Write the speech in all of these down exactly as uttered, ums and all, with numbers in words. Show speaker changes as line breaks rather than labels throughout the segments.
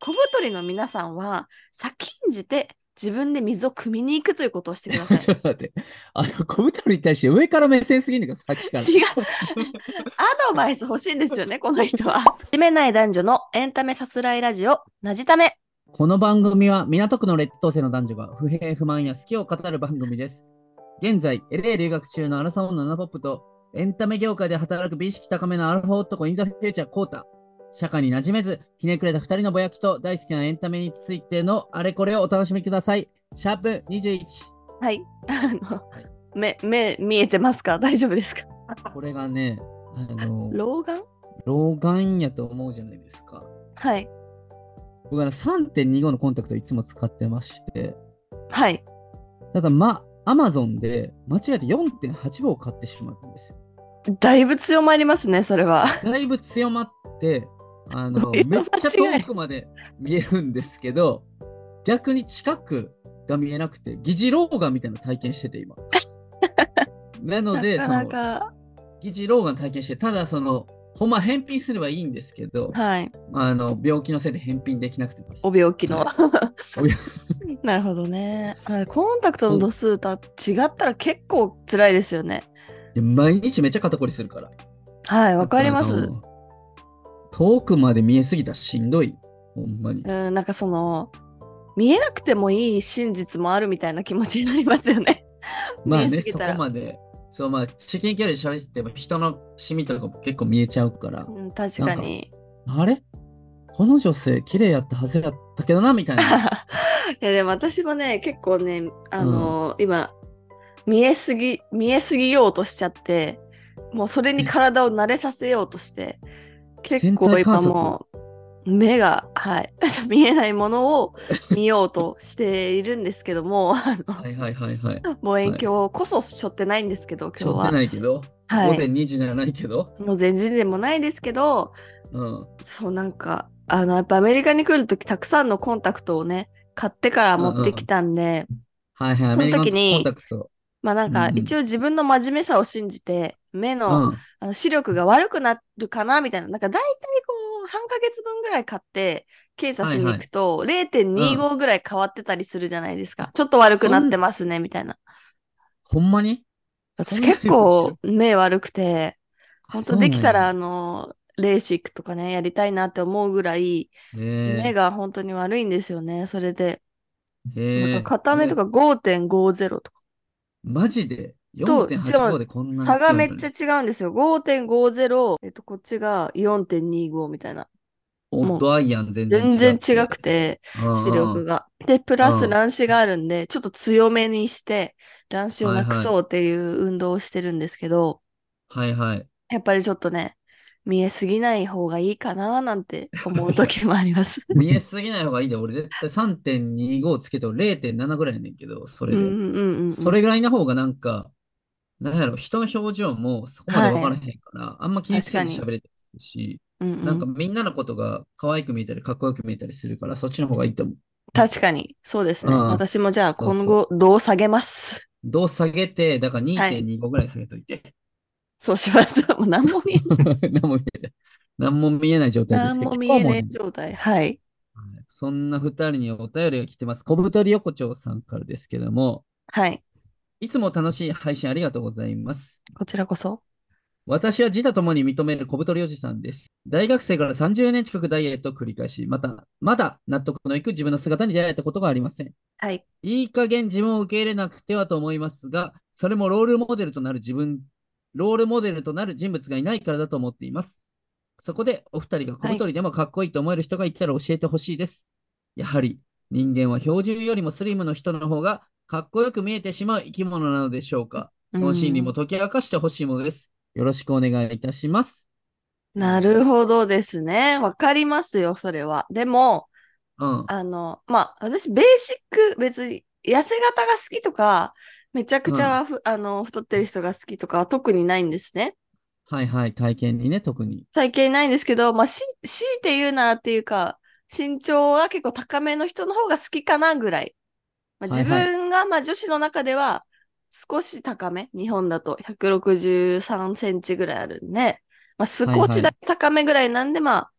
小太りの皆さんは先んじて自分で水を汲みに行くということをしてください。
ちょっと待って。あの、小太りに対して上から目線すぎんのか、さっきから。
違う。アドバイス欲しいんですよね、この人は。じめない男女のエンタメさすらいラジオ、なじため。
この番組は港区の劣等生の男女が不平不満や好きを語る番組です。現在、エルエー 留学中のアラサオのナナポップと、エンタメ業界で働く美意識高めのアルファ男インザフューチャーコータ。社会に馴染めず、ひねくれた二人のぼやきと大好きなエンタメについてのあれこれをお楽しみください。シャープにじゅういち。
はい。あの、
はい、
目、目見えてますか？大丈夫ですか？
これがね、あの、
老眼。
老眼やと思うじゃないですか。
はい。
僕は さんてんにご のコンタクトをいつも使ってまして、
はい。
ただま、アマゾンで間違えて よんてんはちごを買ってしまったんですよ。
だいぶ強まりますね、それは。
だいぶ強まって、あの、
どういう
めっちゃ遠
間違い。
くまで見えるんですけど、逆に近くが見えなくて、疑似老眼みたいなの体験してて、今。なので、
なかな
その、
か、
疑似老眼体験して、ただその、ほんま返品すればいいんですけど、
はい。
あの、病気のせいで返品できなくてです。
お病気の。
はい。お病
なるほどね。あ、コンタクトの
お
度数と違ったら結構辛いですよね。
いや毎日めっちゃ肩こりするから。
はい、わか
だから、あ
ります。
の、遠くまで見えすぎたらしんどい。ほんまに。
うん、なんかその、見えなくてもいい真実もあるみたいな気持ちになりますよね。見えす
まあね、そ
ぎたら。
こまで、そう、まあ、至近距離で喋ってても人のシミとかも結構見えちゃうから、
うん、確
なんか、
かに。
あれこの女性綺麗やったはずやったけどな、みたいな。
いやでも私もね、結構ね、あ
うん。
のー今、見えすぎ、見えすぎようとしちゃって、もうそれに
え、
体を慣れさせようとして、結
天体観
構今
測。
もう目が、はい、見えないものを見ようとしているんですけども、あの、
はいはいはいはい。
望遠
はい。
鏡こそ背負ってないんですけど、
しょって
今日は。
ないけど、午前
はい。
にじじゃないけど、
もう全然でもないですけど、
うん。
そうなんか、あの、やっぱアメリカに来るときたくさんのコンタクトをね、買ってから
うんうん。
持ってきたんで、
はいはい、ア
その
メリカンコン
時に、
タクト。
まあなん
うんうん。
か一応自分の真面目さを信じて、目の、
うん。
あの視力が悪くなるかなみたいな、なんか大体こうさんかげつぶんぐらい買って検査しに
はいはい。
行くと
うん。
れいてんにごぐらい変わってたりするじゃないですか。ちょっと悪くなって
そん、
ますね、みたいな。
ほんまにそんな
私結
に落ちる？
構目悪くて、
あ、
本当
そうなんや。
できたらあの、レーシックとかね、やりたいなって思うぐらい、目
へ
が本当に悪いんですよね、それで。
え、へ
なんか
え、え、
片目とかごてんごぜろとか
マジで
と、しか
?よんてんはちご
も
でこんなに
差が
強いのに。
めっちゃ違うんですよ。ごてんごぜろ、えっと、こっちがよんてんにごみたいな。
オッ
もう
ドアイアン全然
全然違
違って。
くて、視
うんうん。
力が。で、プラス
うん。
乱視があるんで、ちょっと強めにして、乱視をなく
はいはい。
そうっていう運動をしてるんですけど、
はいはい。
やっぱりちょっとね、見えすぎない方がいいかななんて思う時もあります。
見えすぎない方がいいで、俺絶対さんてんにごつけてれいてんななぐらいやねんけど、それで。
うんうんうんうんうん。
それぐらいの方がなんか、なんやろ、人の表情もそこまで分からへ
はい。
んから、あんま気ぃつけ
確かに。
て喋れたりするし、
うんう
なんか
ん。
みんなのことが可愛く見えたり、かっこよく見えたりするから、そっちの方がいいと思う。
確かに。そうですね。
うん。
私もじゃあ
そうそ
今後、度を下げます。
う。度を下げて、だから
はい。
にてんにごぐらい下げといて。
そうします。もう何も見えない。
何も見えない。何も見えない状態ですけど、
何も見えねえ
今日もね、
状態。はい。
はい、そんな二人にお便りが来てます。小太り横丁さんからですけども、
はい。
いつも楽しい配信ありがとうございます。
こちらこそ。
私は自他ともに認める小太りおじさんです。大学生からさんじゅうねん近くダイエットを繰り返し、また、まだ納得のいく自分の姿に出会えたことがありません。
はい。
いい加減自分を受け入れなくてはと思いますが、それもロールモデルとなる自分、ロールモデルとなる人物がいないからだと思っています。そこでお二人が小
はい。
太りでもかっこいいと思える人がいたら教えてほしいです。やはり人間は標準よりもスリムの人の方がかっこよく見えてしまう生き物なのでしょうか。
う
その心理も
ん。
解き明かしてほしいものです。よろしくお願いいたします。という
な
ことで。
るほどですね。わかりますよ、それは。でも、
うん。
あの、まあ、私、ベーシック、別に、痩せ型が好きとか、めちゃく
うん。
ちゃふ、あの、太ってる人が好きとかは特にないんですね。
はいはい。体験にね、特に。
最近ないんですけど、まあ、し、強いて言うならっていうか、身長が結構高めの人の方が好きかなぐらい。まあ、自
はいはい。
分が、まあ、女子の中では少し高め。日本だとひゃくろくじゅうさんセンチぐらいあるんで、まあ、少しだ
はいはい。
け高めぐらいなんで、まあ、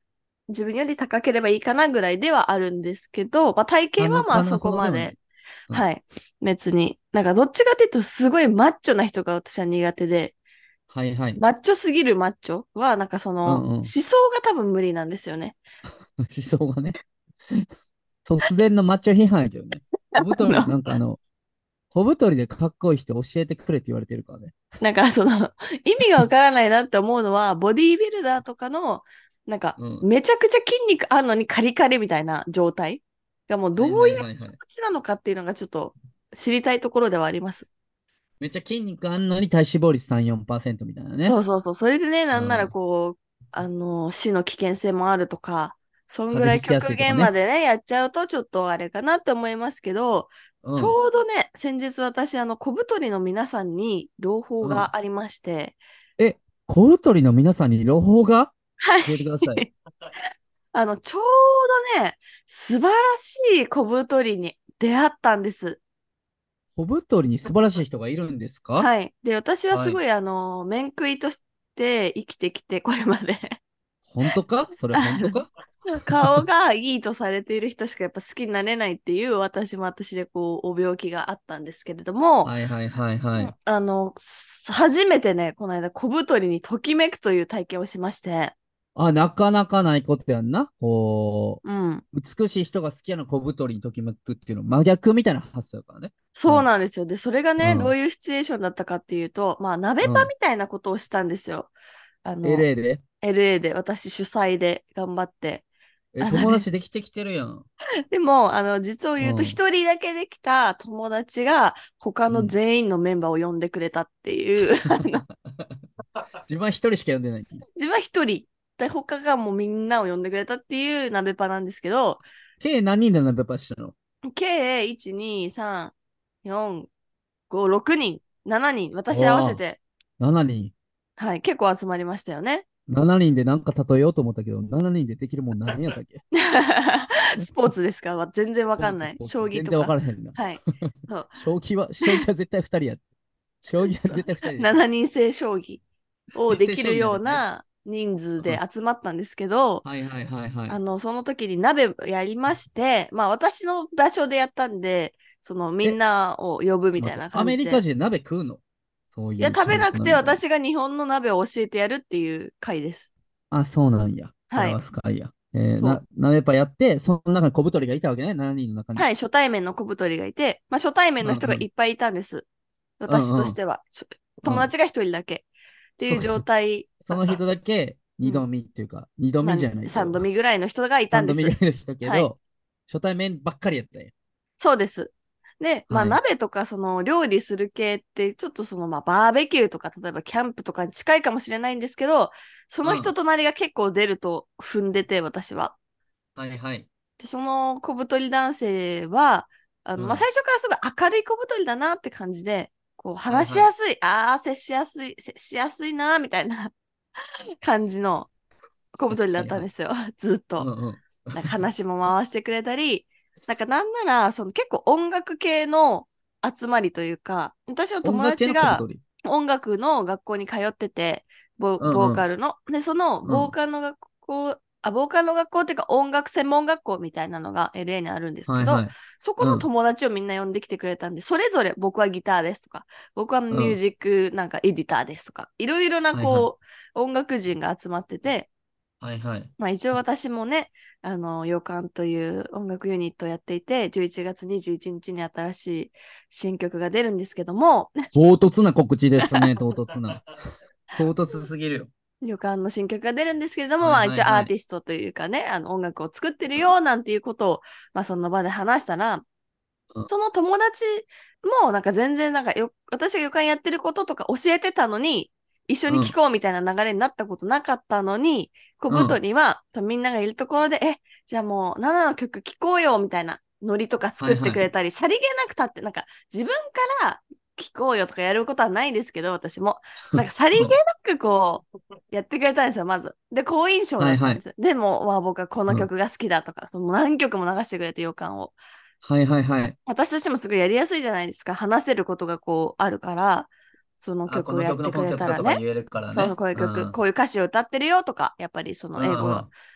自分より高ければいいかなぐらいではあるんですけど、まあ、体
なのかな
型はまあそ
ほどではない。
こまで、
うん。
はい。別に。なんかどっちかっていうとすごいマッチョな人が私は苦手で、
はいはい。
マッチョすぎるマッチョはなんかその思
うんうん。
想が多分無理なんですよね。
思想がね。突然のマッチョ批判やけどね。小
あ
太り、
の
なんかあの、小太りでかっこいい人教えてくれって言われてるからね。
なんかその意味がわからないなって思うのは、ボディービルダーとかの、なんか
うん。
めちゃくちゃ筋肉あるのにカリカリみたいな状態がもうど
はいは
ういう
いはいはい。
形なのかっていうのがちょっと知りたいところではあります。
めっちゃ筋肉あんのに体脂肪率さん、よんパーセントみたいなね。
そうそうそう。それでね、なんなら
うん。
こう、あの、死の危険性もあるとか、そんぐらい
風邪ひきやす
極
いとかね。
限までね、やっちゃうとちょっとあれかなって思いますけど、ち
うん。
ょうどね、先日私、あの、小太りの皆さんに朗報
うん。
がありまして、
え、小太りの皆さんに朗報が
はい。
教えてください。
あの、ちょうどね、素晴らしい小太りに出会ったんです。
小太りに素晴らしい人がいるんですか？
はい。で、私は
はい。
すごい、あの、面食いとして生きてきて、これまで
本当かそれ本当か？
顔がいいとされている人しかやっぱ好きになれないっていう私も私でこう、お病気があったんですけれども、
はいはいはいは
うん
い。
あの、す初めてね、この間小太りにときめくという体験をしまして、
あ、なかなかないことやんな。こ
うん。
う、美しい人が好きやの小太りにときめくっていうの真逆みたいな発想やからね。
そう
はい。
なんですよ。で、それがね、どう
うん。
いうシチュエーションだったかっていうと、まあ、鍋パ
うん。
みたいなことをしたんですよ。あの、
エレーで。
エルエー で、私主催で頑張って。
え、友
あのね、
達できてきてるやん。
でも、あの、実を言うと、
うん。
一人だけできた友達が、他の
うん。
全員のメンバーを呼んでくれたっていう、あの、
自分は一人しか呼んでない。
自分は一人、で、他がもうみんなを呼んでくれたっていう鍋パなんですけど、
計何人でナベパしたの？
計いち、に、さん、よん、ご、ろくにん、しちにん、私合わせ
おお、
て、
しちにん。
はい、結構集まりましたよね。
しちにんでなんか例えようと思ったけど、しちにんでできるもん何やったっけ？
スポーツですか？全然わ
スポーツ、
かんない。
スポーツ。全然わ
将棋とか。
からへんな。
はい。そう。
将棋は、将棋は絶対ふたりや。将棋は絶対ふたりでしょ。
しちにん制将棋を
一斉将
できるよう
棋なんですね。
な人数で
うん。
集まったんですけど、
はいはいはいはい。
あの、その時に鍋やりまして、まあ私の場所でやったんで、そのみん
え、
なを呼ぶ
ちょっと待って、
みたいな
ア
感じで。
メリカ人鍋食うの？そう
いや、
いう
食べなくて
中国鍋とか。
私が日本の鍋を教えてやるっていう回です。
あ、そうなんや。それは
はい。
スカイや。えー、な、
そう。
鍋パやって、その中に小太りがいたわけね。しちにんの中に。
はい、初対面の小太りがいて、まあ初対面の人が
うんうん。
いっぱいいたんです。私
うんうん。
としては。しょ
うん。
友達が一人だけっていう状
そうか。
態、
その人だけ
うん。
二度見っていうか、二度
まあ、
見じゃないけ
さん
ど、
どみぐらいの人がいたん
三度見ぐ
です。
らいでしたけ
はい。
ど、初対面ばっかりやったんや。
そうです。で、まあ
はい。
鍋とかその料理する系ってちょっとそのまあバーベキューとか例えばキャンプとかに近いかもしれないんですけど、その人
うん。
となりが結構出ると踏んでて私は。
はいはい。
で、その小太り男性は、あの、まあ
うん。
最初からすごい明るい小太りだなって感じで、こう
はいはい。
話しやすい、ああ、接しやすい、接しやすいな、みたいな感じの小太りだ
はいはい。
ったんですよ。ずっと。
うんうん。
なんか話も回してくれたり、なんかなんなら、その結構音楽系の集まりというか、私の友
音楽系
達が
の小太り。
音楽の学校に通ってて、ボ、ボー
うんうん。
カルの。で、その
うん。
ボーカルの学校、あ、ボーカルの学校っていうか音楽専門学校みたいなのが エルエー にあるんですけど、
はいはい。
そこの
うん。
友達をみんな呼んできてくれたんで、それぞれ僕はギターですとか、僕は
うん。
ミュージックなんかエディターですとか、いろいろな
はいはい。
こう音楽人が集まってて、
はいはい。
まあ一応私もね、あの、予感という音楽ユニットをやっていて、じゅういちがつにじゅういちにちにちに新しい新曲が出るんですけども、
唐突な告知ですね、唐突な。唐突すぎるよ。
予感の新曲が出るんですけれども、
はい
まあ一応ア
はいはい。
ーティストというかね、あの音楽を作ってる
うん。
よなんていうことを、まあその場で話したら、
うん。
その友達もなんか全然なんかよ、私が予感やってることとか教えてたのに、一緒に聞
うん。
こうみたいな流れになったことなかったのに、小
うん。
太りはとみんながいるところで、え、じゃあもうななの曲聴こうよみたいなノリとか作っ
はいはい。
てくれたり、さりげなくたって、なんか自分から聴こうよとかやることはないんですけど、私も。なんかさりげ
うん
なくこう、やってくれたんですよ、まず。で、好印象
はいはい。
だったんですよ。でも、わ、僕はこの
うん。
曲が好きだとか、その何曲も流してくれて予感を。
はいはいはい。
私としてもすごいやりやすいじゃないですか。話せることがこうあるから、その
あ、こ
曲を
の
やってくれ
曲のコンセプ
たらね。
トとか言えるから
そうそう、
ね。
こういう曲、
うん。
こういう歌詞を歌ってるよとか、やっぱりそ
う
の英語
んうん。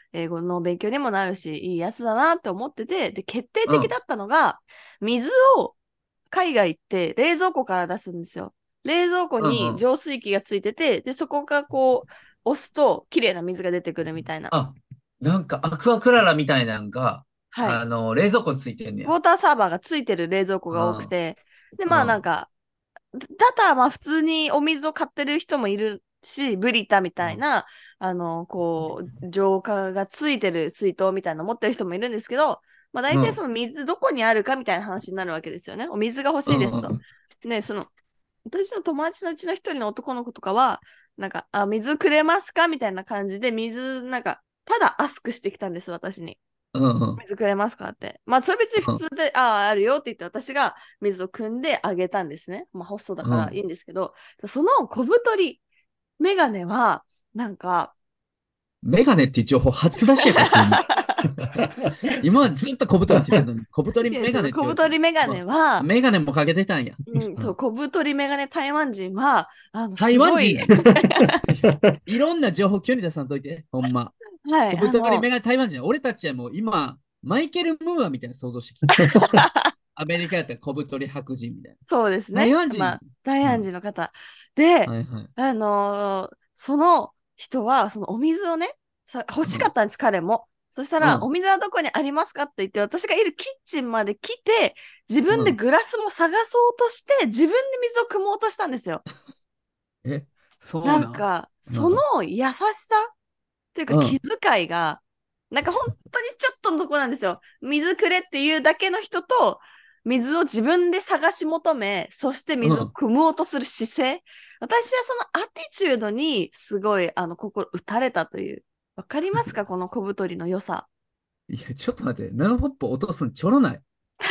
英語の勉強にもなるし、いいやつだなって思ってて、で、決定
うん
的だったのが、水を海外って冷蔵庫から出すんですよ。冷蔵庫
うんうん。
に浄水器がついてて、で、そこがこう、押すと綺麗な水が出てくるみたいな。
あ、なんかアクアクララみたいなのが、
はい。
あの、冷蔵庫についてんねや。
ウォーターサーバーがついてる冷蔵庫が多く
うん。
て、で、
うん。
まあなんか、だったらまあ普通にお水を買ってる人もいるし、ブリタみたい
うん
な、あの、こう、浄化がついてる水筒みたいなの持ってる人もいるんですけど、まあ大体そ
うん。
の水どこにあるかみたいな話になるわけですよね。お水が欲し
う
いですと。
ん。
ね、その、私の友達のうちの一人の男の子とかは、なんか、あ、水くれますかみたいな感じで、水、なんか、ただアスクしてきたんです、私に。
うん。うん。
水くれますかって。まあ、それ別に普
うん。
通で、ああ、あるよって言って、私が水を汲んであげたんですね。まあ、ホストだからいいんですけど、その小太りメガネは、なんか、
メガネっていう情報初出しやから、急に。今までずっと小太りって言ってたのに、小太り
いや、
メガ
その小
ネって言われても。
太りメガ
ま
ネは、
あ、メガネもかけてたんや。
うん、そう、
うん。
小太りメガネ台湾人は、あの、
台
すごい、
湾人なんや。いろんな情報急に出さんといて、ほんま。
はい、
小
あの、
太りメガネ台湾人や。俺たちはもう今、マイケル・ムーアみたいな想像してきた。アメリカやったら小太り白人みたい
そうです
な。台
ね。
湾人。
まあ、大安
うん。
寺の方。で、
はいはい。
あのーその人は、そのお水をね、さ欲しかったんです、彼も。そしたら、お
うん。
水はどこにありますかって言って、私がいるキッチンまで来て、自分で
うん。
グラスも探そうとして、自分で水を汲もうとしたんですよ。
え、そうなん。
なんか、そ
うん。
の優しさっていうか気
うん。
遣いが、なんか本当にちょっとのとこなんですよ。水くれっていうだけの人と、水を自分で探し求め、そして水を
うん。
汲もうとする姿勢。私はそのアティチュードにすごい、あの、心打たれたという。わかりますかこの小太りの良さ。
いや、ちょっと待って。ナノポップ落とすんちょろない。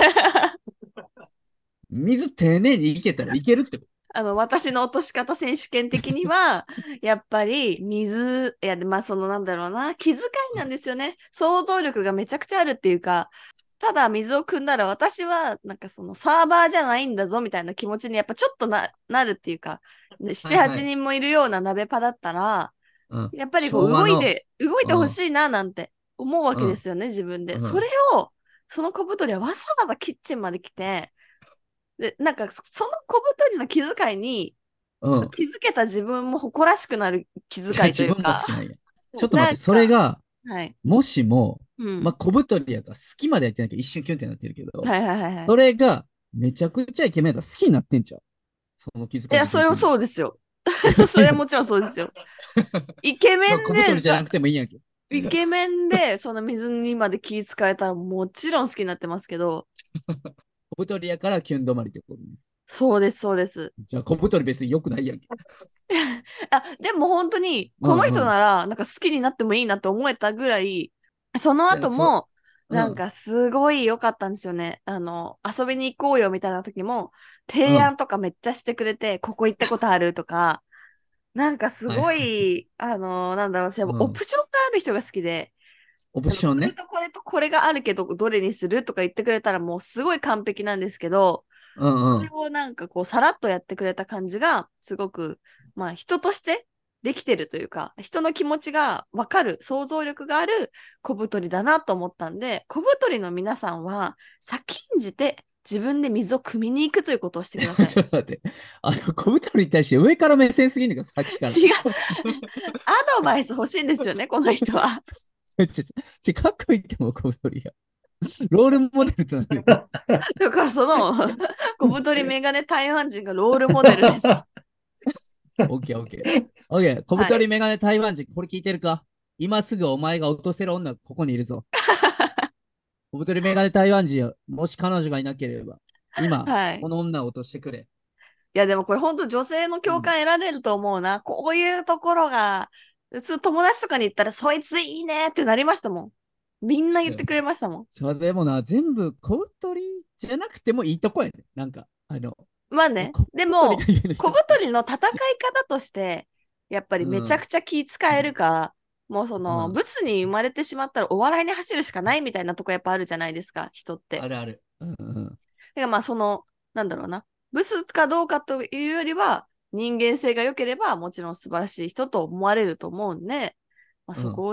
水丁寧にいけたらいけるってこ
あの、私の落とし方選手権的には、やっぱり水、いや、まあそのなんだろうな、気遣いなんですよね。想像力がめちゃくちゃあるっていうか、ただ水を汲んだら私はなんかそのサーバーじゃないんだぞみたいな気持ちにやっぱちょっとな、なるっていうか、なな、8
と。はいはい。
人もいるような鍋パだったら、
うん。
やっぱりこう
昭和の、
動いて、動いてほし
うん。
いななんて思うわ
うん。
けですよね、自分で。それ
うん。
を、その小太りはわざわざキッチンまで来て、で、なんかそその小太りの気遣いに
うん。
気づけた自分も誇らしくなる気
いや、
遣いと
自分も好
いうか、
きなんや。ちょっと待って、それ
なんか、
が、
はい。
もしも、まあ、
うん。
小太りやから好きまでやってなきゃ一瞬キュンってなってるけど、
はいはいはいはい。
それがめちゃくちゃイケメンだから好きになってんちゃう。その気
いや、
遣いでき
それも
る君。
そうですよ。
いや
それはもちろんそうですよ。イケメ
そう、小
ンでさ、
太りじゃなくてもいいやんけ。
イケメンでその水にまで気遣えたらもちろん好きになってますけど、
小太りやからキュン止まりってことね。
そうです、そうです。
じゃあ小太り別に良くないやんけ。
あ、でも本当に、この
うんうん。
人なら、なんか好きになってもいいなって思えたぐらい、その
じゃあ、そ、
後も、
うん、
なんかすごい良かったんですよね。あの、遊びに行こうよみたいな時も、提
うん。
案とかめっちゃしてくれて、ここ行ったことあるとか、なんかすご
はいはい。
い、あの、なんだろう、私は
うん。
オプションがある人が好きで、
オプ
あの、
ションね。
これとこれとこれがあるけど、どれにするとか言ってくれたらもうすごい完璧なんですけど、それ
うんうん。
をなんかこう、さらっとやってくれた感じが、すごく、まあ、人としてできてるというか、人の気持ちがわかる、想像力がある小太りだなと思ったんで、小太りの皆さんは、先んじて自分で水を汲みに行くということをしてください。
ちょっと待って。あの、小太りに対して上から目線すぎんねんか、さっきから。
違う。アドバイス欲しいんですよね、この人は。
ちょ、ちょ、ちょ、かっこいいってもう小太りや。ロールモデルとなるよ。
だからその、小太りメガネ台湾人がロールモデルです。
オッケーオッケー。オッケー。小
はい。
太りメガネ台湾人、これ聞いてるか？今すぐお前が落とせる女、ここにいるぞ。小太りメガネ台湾人、もし彼女がいなければ、今、
はい。
この女を落としてくれ。
いや、でもこれ本当女性の
うん。
共感得られると思うな。こういうところが、普通友達とかに言ったら、そいついいねってなりましたもん。みんな言ってくれましたもん。
そうでもな、全部小太りじゃなくてもいいとこやね。なんか、あの、
まあね。
小太りが
でも、小
言うのよ。
太りの戦い方として、やっぱり
うん。
めちゃくちゃ気使えるか、もうその、
うん。
ブスに生まれてしまったらお笑いに走るしかないみたいなとこやっぱあるじゃないですか、人って。
あるある。うんうん。
だからまあその、なんだろうな。ブスかどうかというよりは、人間性が良ければもちろん素晴らしい人と思われると思うんで、まあ、
うん。
そこをね、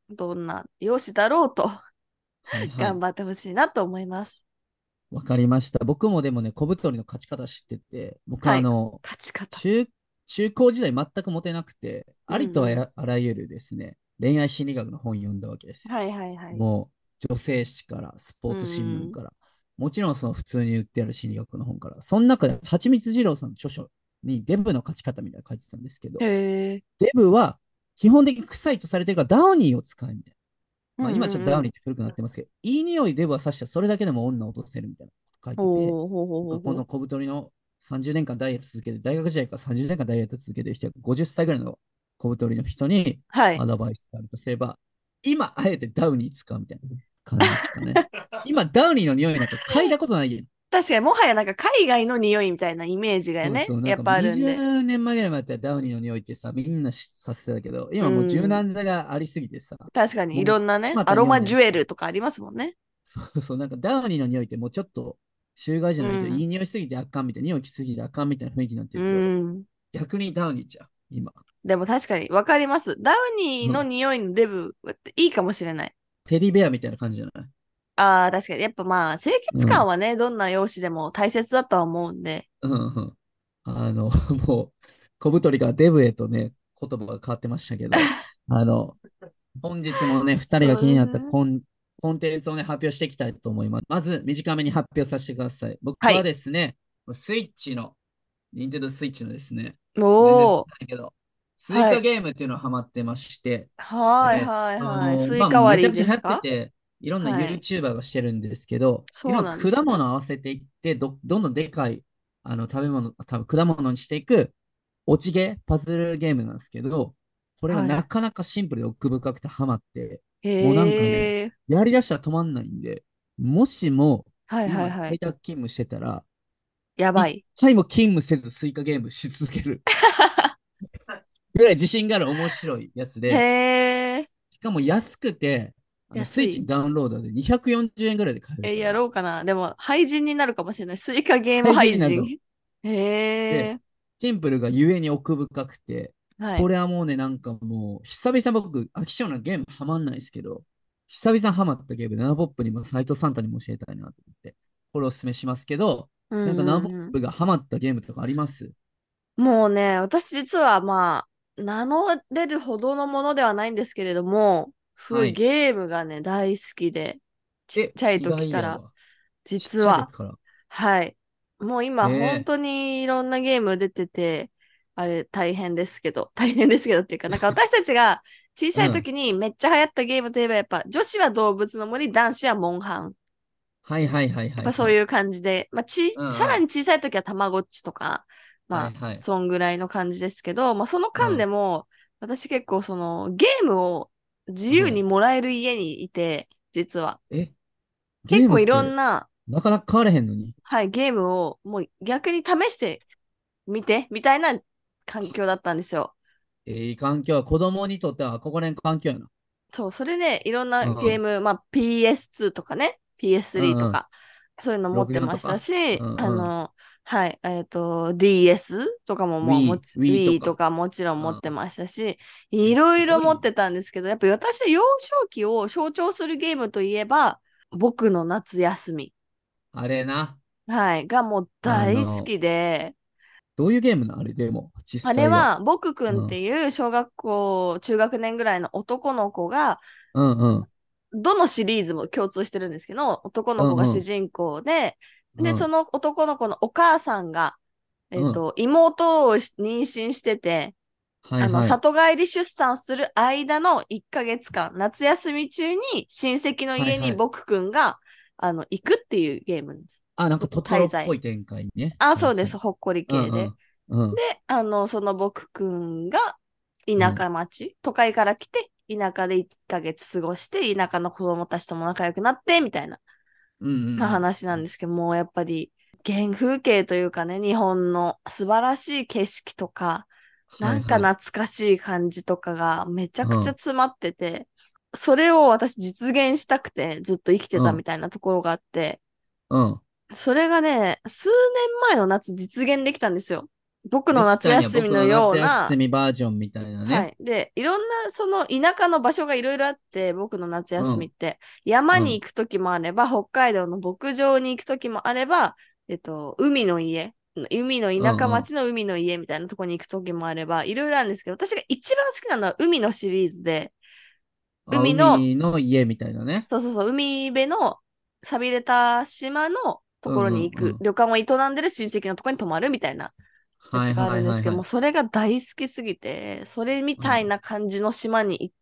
どんな容姿だろうと
はいはい。
頑張ってほしいなと思います。
わかりました。僕もでもね、小太りの勝ち方知ってて、僕
はい。
はあの、
勝ち方。
中、中高時代全くモテなくて、ありとあ
うんう
やあらゆるですね、恋愛心理学の本読んだわけです
ん。
よ。
はいはいはい。
もう、女性誌から、スポ
う
ーツ新聞
ん
から、もちろんその普通に売ってある心理学の本から、その中で、はちみつ二郎さんの著書にデブの勝ち方みたいなの書いてたんですけ
うん。
ど、
へえ。
デブは基本的に臭いとされてるからダウニーを使うみたいな。
うん
まあ今ちょっとダ
うんうん。
ウニーって古くなってますけど、いい匂いデブはさしたらそれだけでも女を落とせるみたいなこと書いてて、
ほうほうほうほうほう。
僕はこの小太りのさんじゅうねんかんダイエット続けて、大学時代からさんじゅうねんかんダイエット続けてる人がごじゅっさいぐらいの小太りの人に
はい。
アドバイスされるとすれば、今あえてダウニー使うみたいな感じですかね。今ダウニーの匂いなんか嗅いだことないやん。
確かにもはやなんか海外の匂いみたいなイメージがね、
そうそう、なんか
やっぱあるん
20
で。
年前ぐらいまでやったらダウニーの匂いってさ、みんなさせてたけど、
う
今もう柔
ん。
軟剤がありすぎてさ、
確かにい
もう
ろんなね、
また
アロマジュエ
匂いないし、
ルとかありますもんね。
そうそう、なんかダウニーの匂いってもうちょっと、週外じゃないとい
うん。
い匂いすぎてあかんみたいな、匂いきすぎてあかんみたいな雰囲気になって
う
るけど、
ん。
逆にダウニーじゃん、今。
でも確かにわかります。ダウニーの
うん。
匂いのデブっていいかもしれない。
テディベアみたいな感じじゃない？
ああ、確かに。やっぱまあ、清潔
うん。
感はね、どんな容姿でも大切だとは思うんで。
うんうん。あの、もう、小太りがデブへとね、言葉が変わってましたけど、あの、本日もね、二人が気になった
そう。
コン、コンテンツをね、発表していきたいと思います。まず、短めに発表させてください。僕は
はい。
ですね、スイッチの、ニンテンドースイッチのですね、全然
おー。
伝ないけど、スイ
はい。
カゲームっていうのをハマってまして、
はい
えー
はいはい。
あのまあ、
スイカ割り
めちゃくちゃ流行って
ですか？
て、いろんな
はい。
YouTuber がしてるんですけど、い
そう
ろんな
なんですね。
果物を合わせていって、ど、どんどんでかい、あの、食べ物、多分果物にしていく、落ちゲー、パズルゲームなんですけど、これが
はい。
なかなかシンプルで奥深くてハマって、もうなんかね、
へえ。
やりだしたら止まんないんで、もしも
はいはい
今
はい。
在宅勤務してたら、一
やばい。
回も勤務せずスイカゲームし続けるぐらい自信がある面白いやつ
へ
で、
え。
しかも安くて、あのスイッチ
安い。
ダウンロードでにひゃくよんじゅうえんぐらいで買える
え、
から、
やろうかな。でも、廃人になるかもしれない。スイカゲーム
廃人になると。
廃人。へ
で、
え。
シンプルがゆえに奥深くて、
はい。
これはもうね、なんかもう、久々僕、飽き性なゲームハマんないですけど、久々ハマったゲーム、ナナポップにも斎藤サンタにも教えたいなと思って、これおすすめしますけど、
うん
なんかナナポッ
うんうん。
プがハマったゲームとかあります？
もうね、私実はまあ、名乗れるほどのものではないんですけれども、すごい
はい。
ゲームがね、大好きで、ちっ
え、
ちゃい
意
時から、
外やわ。ちっ
実は、
ちゃい時から。
はい。もう今本
え
当にいろんなゲーム出てて、あれ大変ですけど、大変ですけどっていうか、なんか私たちが小
ー、
さい
うん。
時にめっちゃ流行ったゲームといえばやっぱ女子は動物の森、男子はモンハン。
はいはいはいはいはい。
やっぱそういう感じで、まあ、ち、さらに
うんうん。
小さい時はたまごっちとか、まあ、
はいはい。
そんぐらいの感じですけど、まあ、その間で
うん。
も、私結構その、ゲームを自由に
うん。
もらえる家にいて、実は。
え、ゲ
結構いろん
ームって
な、
なかなか買われへんのに。
はい、ゲームをもう逆に試してみて、みたいな環境だったんですよ。
えーいい環境は子供にとっては憧れん環境やな。
そう、それでいろんな
うん。
ゲーム、まあ ピーエスツー とかね、ピーエススリー
うんうん。
とか、そういうの持って
ろくじゅうよん
ました
とか。う
し、
んうん。
あの、はい、えっと、ディーエス とかももうも
Wii、
ち、
Wii と
Wii と
か。
かもちろん持
うん。
ってましたし、い
え、
ろ
すごいね。
いろ持ってたんですけど、やっぱ私の幼少期を象徴するゲームといえば、僕の夏休み、
あれな。
はい、がもう
あの、
大好きで、
どういうゲームなあれでも、実際は。
あれは、僕くんっ
うん。
ていう小学校、中学年ぐらいの男の子が、
うんうん。
どのシリーズも共通してるんですけど、男の子が
うんうん。
主人公で、で、そ
うん。
の男の子のお母さんが、え
うん。
っと、妹を妊娠してて、あの、
はいはい。
里帰り出産する間のいっかげつかん、夏休み中に親戚の家に
はいはい。
僕くんが、あの、行くっていうゲームです。
あ、なんかトトロ
滞在。
っぽい展開ね。
あ、そうです。
はいはい。
ほっこり系で。
うんうん。うん。
で、あの、その僕くんが田
うん。
舎町、都会から来て、田舎でいっかげつ過ごして、田舎の子供たちとも仲良くなって、みたいな
うんうん
話な
うん。
んですけども、やっぱり原風景というかね、日本の素晴らしい景色とか、なんか
はいはい。
懐かしい感じとかがめちゃくちゃ
うん。
詰まってて、それを私実現したくてずっと生きて
うん。
たみたいなところがあって、
うん。
それがね、数年前の夏実現できたんですよ。
で
僕の
きたんや、
夏休み
僕の夏
のような、
休みバージョンみたいなね。
はい。で、いろんな、その田舎の場所がいろいろあって、僕の夏
うん、
休みって、山
うん、
に行くときもあれば、北海道の牧場に行くときもあれば、えっと、海の家、海の
うん、
田舎
うん。
町の海の家みたいなところに行くときもあれば、いろいろあるんですけど、私が一番好きなのは海のシリーズで、
あ、
海の、
海の家みたいなね。
そうそうそう、海辺の寂れた島のところ
うん、うん、
に行く、
うん。
旅館を営んでる親戚のところに泊まるみたいなやつがあ
はいはい
るんですけども、
はいはい。
それが大好きすぎて、それみ
うん、
たいな感じの島に行って、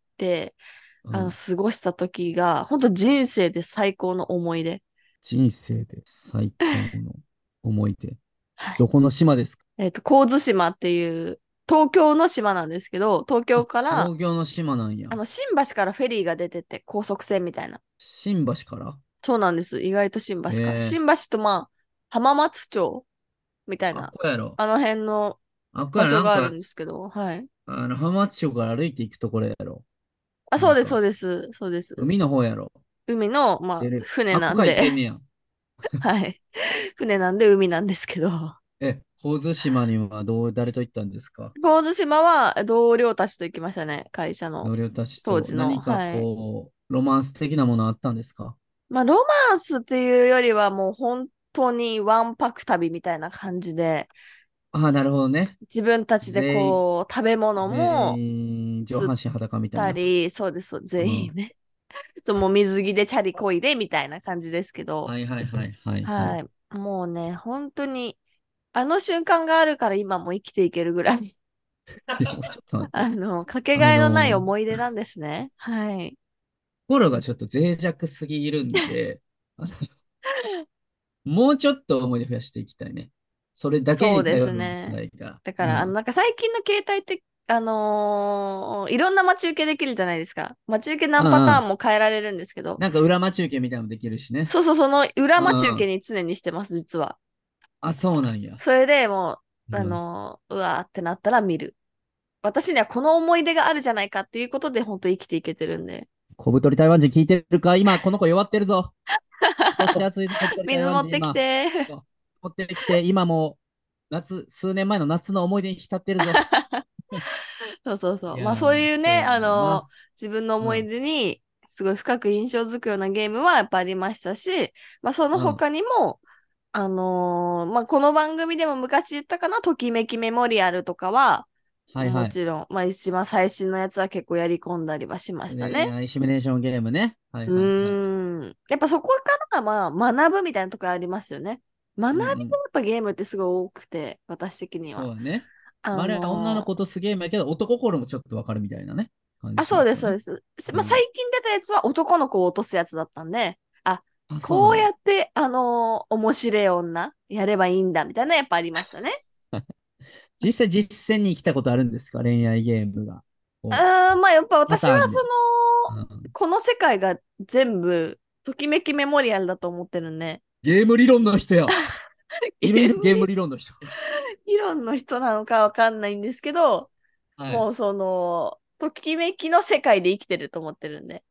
あの、
うん。
過ごした時が、本当人生で最高の思い出。
人生で最高の思い出。
はい。
どこの島ですか？
えっと、神津島っていう、東京の島なんですけど、東京
あ、
から、
東京の島なんや。
あの、新橋からフェリーが出てて、高速船みたいな。
新橋から。
そうなんです。意外と新橋から。
ええ
新橋とまあ、浜松町みたい
ー、あっ
な、
こやろ。
あの辺の
あっこや、
場所があるん
なんか、
ですけど、はい。
あの、浜松町から歩いていくところやろ。
あ、そうです、そ
なんか、
うです。そうです。
海の方やろ。
海の、
知っ
まあ、
てる。
船
あっこから
なんで
行けんねや。
はい。船なんで海なんですけど。
え、神津島にはどう、誰と行ったんですか？
神津島は同僚たちと行きましたね。会社の
同僚たちと
当時の。
何か
はい。
こう、ロマンス的なものあったんですか？
まあ、ロマンスっていうよりはもう本当にワンパク旅みたいな感じで、
ああ、なるほどね。
自分たちで
全員、
こう、食べ物も
全員、上
釣っ
半身裸みたいな。
たり、そうです、そう
うん。
全員ね。そう、もう水着でチャリこいでみたいな感じですけど、
はいはいはいはいはい。
はい。もうね、本当に、あの瞬間があるから今も生きていけるぐらい、
でもちょっと待って。
あの、かけが
あ
えのない
のー
思い出なんですね。はい。
心がちょっと脆弱すぎるんで、あのもうちょっと思い出増やしていきたいね。それだけ
そうで
に頼るのは
すね。
辛いから。
だから、あの、
うん。
なんか最近の携帯って、あのーいろんな待ち受けできるじゃないですか。待ち受け何パターン
うんうん。
も変えられるんですけど、
なんか裏待ち受けみたいなのもできるしね。
そうそう、その裏待ち受け
うんうん。
に常にしてます、実は。
あ、そうなんや。
それでもう、あ
うん。
のーうわーってなったら見る。私にはこの思い出があるじゃないかっていうことで、本当生きていけてるんで。
小太り台湾人聞いてるか？今、この子弱ってるぞ。過ごしやすい小太り台湾人、
水持ってき
今。
て。
持ってきて、今も夏、数年前の夏の思い出に浸ってるぞ。
そうそうそう。まあ
いや
そういうね、
ー、そうや
あの、
ねんな。
自分の思い
うん、
出にすごい深く印象づくようなゲームはやっぱありましたし、まあその
うん。
他にも、あのーまあこの番組でも昔言ったかな、ときめきメモリアルとかは、
はいはい。
もちろん、まあ一番最新のやつは結構やり込んだりはしましたね。
恋愛シミュレーションゲームね。はい
う
はいはい。
ーん。やっぱそこからまあ学ぶみたいなところありますよね。学びがや
うんうん。
っぱゲームってすごい多くて、私的には。
そうだね。まあ、
あ
あれは女の
のー
子とすげえやけど、男心もちょっとわかるみたいなね。感じ
あ、そうです、
しますよね。
そうです。すまあ、最
うん。
近出たやつは男の子を落とすやつだったんで、あ、
あ、そう
こう
なんや。
やって、あのー面白い女やればいいんだ、みたいなやっぱありましたね。
実際実践に来たことあるんですか？恋愛ゲームが。こう、
あーまあ、やっぱ
パ
私はそ
ターンで。う
の、
ん、
この世界が全部、ときめきメモリアルだと思ってるんで、
ゲーム理論の人や。
ゲ
いるいる、ゲーム
ーム理
理論の人。
理論の人なのかわかんないんですけど、
はい。
もうその、ときめきの世界で生きてると思ってるんで。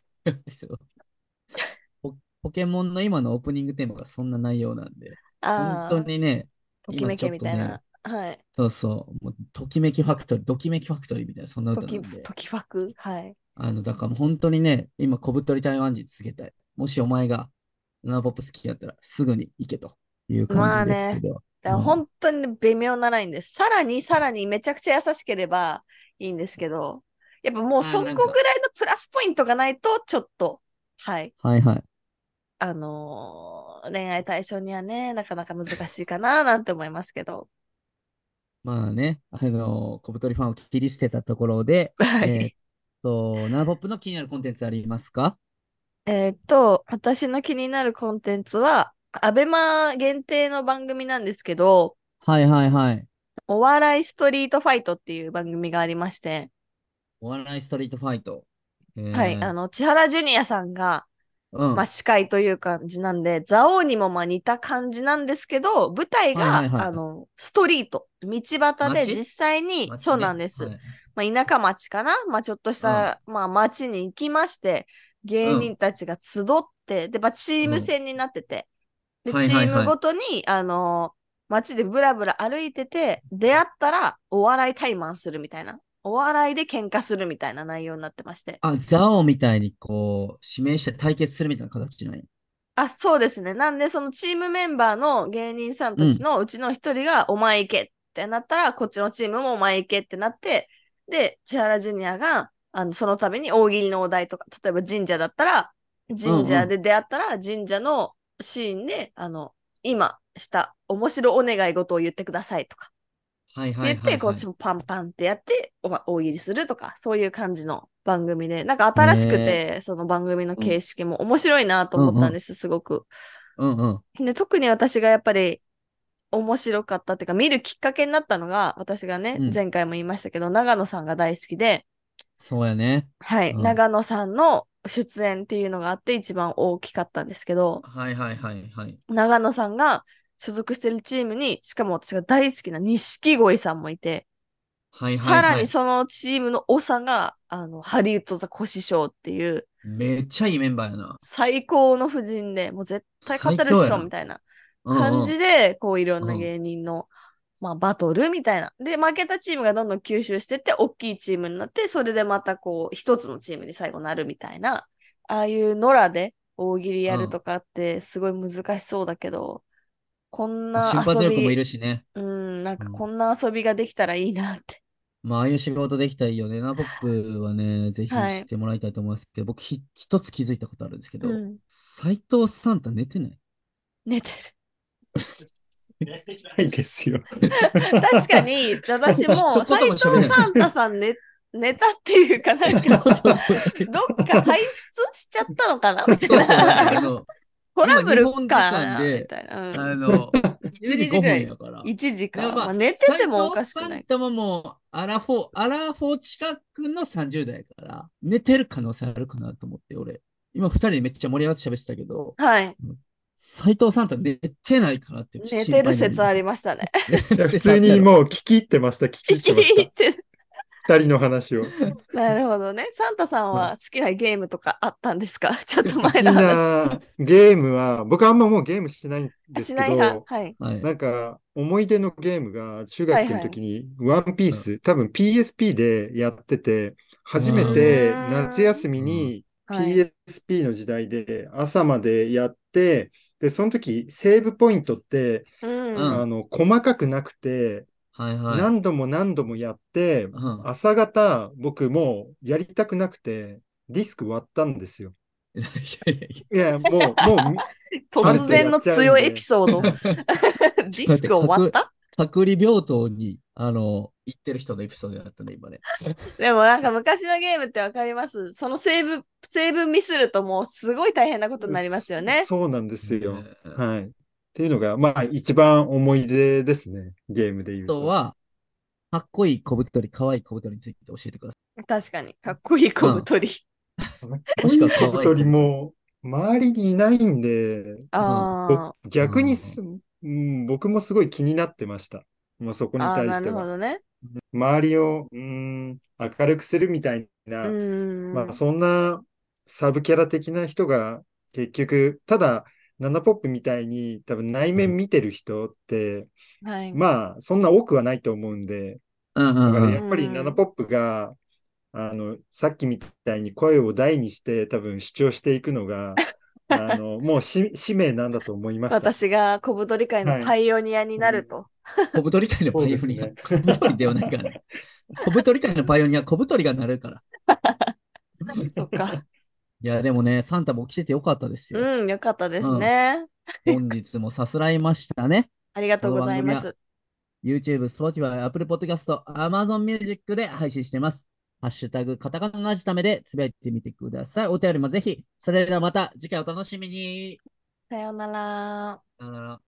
ポ、ポケモンの今のオープニングテーマがそんな内容なんで、本当
ああ、
にね、今ちょ
ときめけ
っとね、
みたいな。はい。
そうそう、もうときめきファクトリー、ドキめきファクトリーみたいな、そんな
とき、
歌なんで、
ときファクはい。
あの、だからもう本当にね、今、小太り台湾人続けたい。もしお前がルナポップ好きやったら、すぐに行けという感じですけ
まあね。
ど、
だから
うん。
本当に微妙なラインです。さらにさらにめちゃくちゃ優しければいいんですけど、やっぱもう
あ、
そこ
なんか、
ぐらいのプラスポイントがないと、ちょっと、はい。
はいはい。
あのー恋愛対象にはね、なかなか難しいかななんて思いますけど。
まあね、あの、小太りファンを切り捨てたところで、えーっ
はい。
と、ナナポップの気になるコンテンツありますか？
えーっと、私の気になるコンテンツは、アベマ限定の番組なんですけど、
はいはいはい。
お笑いストリートファイトっていう番組がありまして、
お笑いストリートファイト。え
はい、あ
ー、
の、千原ジュニアさんが、まあ、
うん。
司会という感じなんで、蔵王にもまあ似た感じなんですけど、舞台が、
はいはいはい。
あの、ストリート、道端で実
町
際に、そうなん
町ね。
です。
はい。
まあ、田舎町かなまあ、ちょっとし
うん。
た、まあ、町に行きまして、芸人
うん。
たちが集って、で、まあ、チー
うん。
ム戦になってて、で、
はい
チーム
はいはい。
ごとに、あの、 街でブラブラ歩いてて、出会ったらお笑い対マンするみたいな。お笑いで喧嘩するみたいな内容になってまして。
あ、ザオみたいにこう、指名して対決するみたいな形なんや。
あ、そうですね。なんで、そのチームメンバーの芸人さんたち
うん。
のうちの一人が、お前行けってなったら、こっちのチームもお前行けってなって、で、千原ジュニアが、あの、その度に大喜利のお題とか、例えば神社だったら、神
うんうん。
社で出会ったら、神社のシーンで、あの、今した面白お願い事を言ってくださいとか。
はいはい
言って、こっ
はいはい。
ちもパンパンってやって、お大喜利するとか、そういう感じの番組で、なんか新しく
え
て、その番組の
ー、うん。
形式も面白いなと
うんうん。
思ったんです、すごく。
うんうん。
で、特に私がやっぱり面白かったっていうか、見るきっかけになったのが、私がね、
うん。
前回も言いましたけど、長野さんが大好きで、
そうやね。
はい、
うん。
長野さんの出演っていうのがあって一番大きかったんですけど、
はいはいはいはい。
長野さんが所属してるチームに、しかも私が大好きな錦鯉さんもいて、
はいは
さ
いはい。
らにそのチームの長が、あの、ハリウッドザコシショウっていう、
めっちゃいいメンバーやな。
最高の布陣で、もう絶対勝てるっしょ、み
最強やな。
たいな感
うんうん。
じで、こういろんな
うん。
芸人の、まあバトルみたいな。で、負けたチームがどんどん吸収してって、大きいチームになって、それでまたこう、一つのチームに最後なるみたいな、ああいう野良で大喜利やる
うん。
とかって、すごい難しそうだけど、こん
まあ、
な
瞬発力もい
遊び、
るしね。
うん、なん
うん。
かこんな遊びができたらいいなって。
まあ、ああいう仕事できたらいいよね。ナポップはね、ぜひ
はい。
してもらいたいと思いますけど、僕ひ、一つ気づいたことあるんですけど、
うん。
斎藤サンタ寝てない？
寝てる。
ないですよ。
確かに、私も、斎藤
一言も喋れない。
サンタさん寝、寝たっていうかなんか、
そうそうそう。
どっか退出しちゃったのかなみたい
そうそう、あ
な。
の、
トラ
今、日
ブルか
本時間で、
なみたいな。うん。
あの、1
12
時5分
時ぐらい。
やから。
いちじ
でも
か。
まあ、
まあ寝てて
斎
もお
藤さ
かしくない。
んとももう、アラフォー、アラフォー近くのさんじゅう代やから、寝てる可能性あるかなと思って、俺。今、二人でめっちゃ盛り上がって喋ってたけど、
はい。
斎藤さんと寝てないかなって心
寝てる説あ
配になりまし
りましたね。
た。
いや、普
説あ
通
ったやろ。
にもう聞き入ってました、聞き入ってました。
聞いて。
二人の話を。
なるほどね。サンタさん
はい。
は好きなゲームとかあったんですか？ちょっと前の
好き
話。
なゲームは、僕あんまもうゲームしてないん
あ、
です
しない派。
けど、
はい。
はい。
なんか思い出のゲームが中学の
はいはい。
時にワンピー
うん。
ス、多分 ピーエスピー でやってて、
う
初め
う
て
ん。
夏
ーん。
休み
うん。
に
はい。
ピーエスピー の時代で朝までやって、で、その時セーブポイントって
うん。
うん。
あの細かくなくて、
はいはい。
何度も何度もやって、
うん。
朝方僕もうやりたくなくてディスク割ったんですよ。
いやいやい
いや、もう、もうみちゃん
突然の
とやっちゃう
強いエピ
んで、
ソード。
や。ちょっと待って、
ディスク終わっ
隔、
た？
隔離病棟に、あの、行ってる人のエピソードだったね、今ね。
でもなんか昔のゲームってわかります？そのセーブ、セーブミスるともうすごい大変なことになりますよ
そ
ね。
そうなんですよ。
えー
はい。っていうのが、まあ、一番思い出ですね。ゲームで言うと。
あとは、かっこいい小太り、かわいい小太りについて教えてくださ
確かに。かっこいい
い。うん。
小太り。
かっ
もしくは
こいい小太り
かわいい小太り。
も、周りにいないんで、
うん。
ぼ
あー
逆にす、
うん。
うん、僕もすごい気になってました。もうそこに
あー、な
対しては。
るほどね。
周りを、うん、明るくするみたい
う
な、まあ、
ーん。
そんなサブキャラ的な人が結局、ただ、ナナポップみたいに多分内面見てる人って、
はい。
まあ、そんな多くはないと思うんで、
うんう
だから
んうん。
やっぱりナナポップが、あの、さっきみたいに声を大にして多分主張していくのが、あの、もうし使命なんだと思いました。
私が小太り界の
はい。
パイオニアに
うん、
なると。
小太り界の
そう
パイオニア。
ですね。
小太りではないからね。小太り界のパイオニア、小太りがなるから。
そっか。
いや、でもね、サンタも来ててよかったですよ。
うん、よかったです
うん。
ね。
本日もさすらいましたね。この
ありがとうご
番組は
ざいます。
YouTube、Spotify、Apple Podcast、Amazon Music で配信しています。ハッシュタグ、カタカナなじためでつぶやいてみてください。お便りもぜひ。それではまた次回お楽しみに。
さようなら。
さよなら。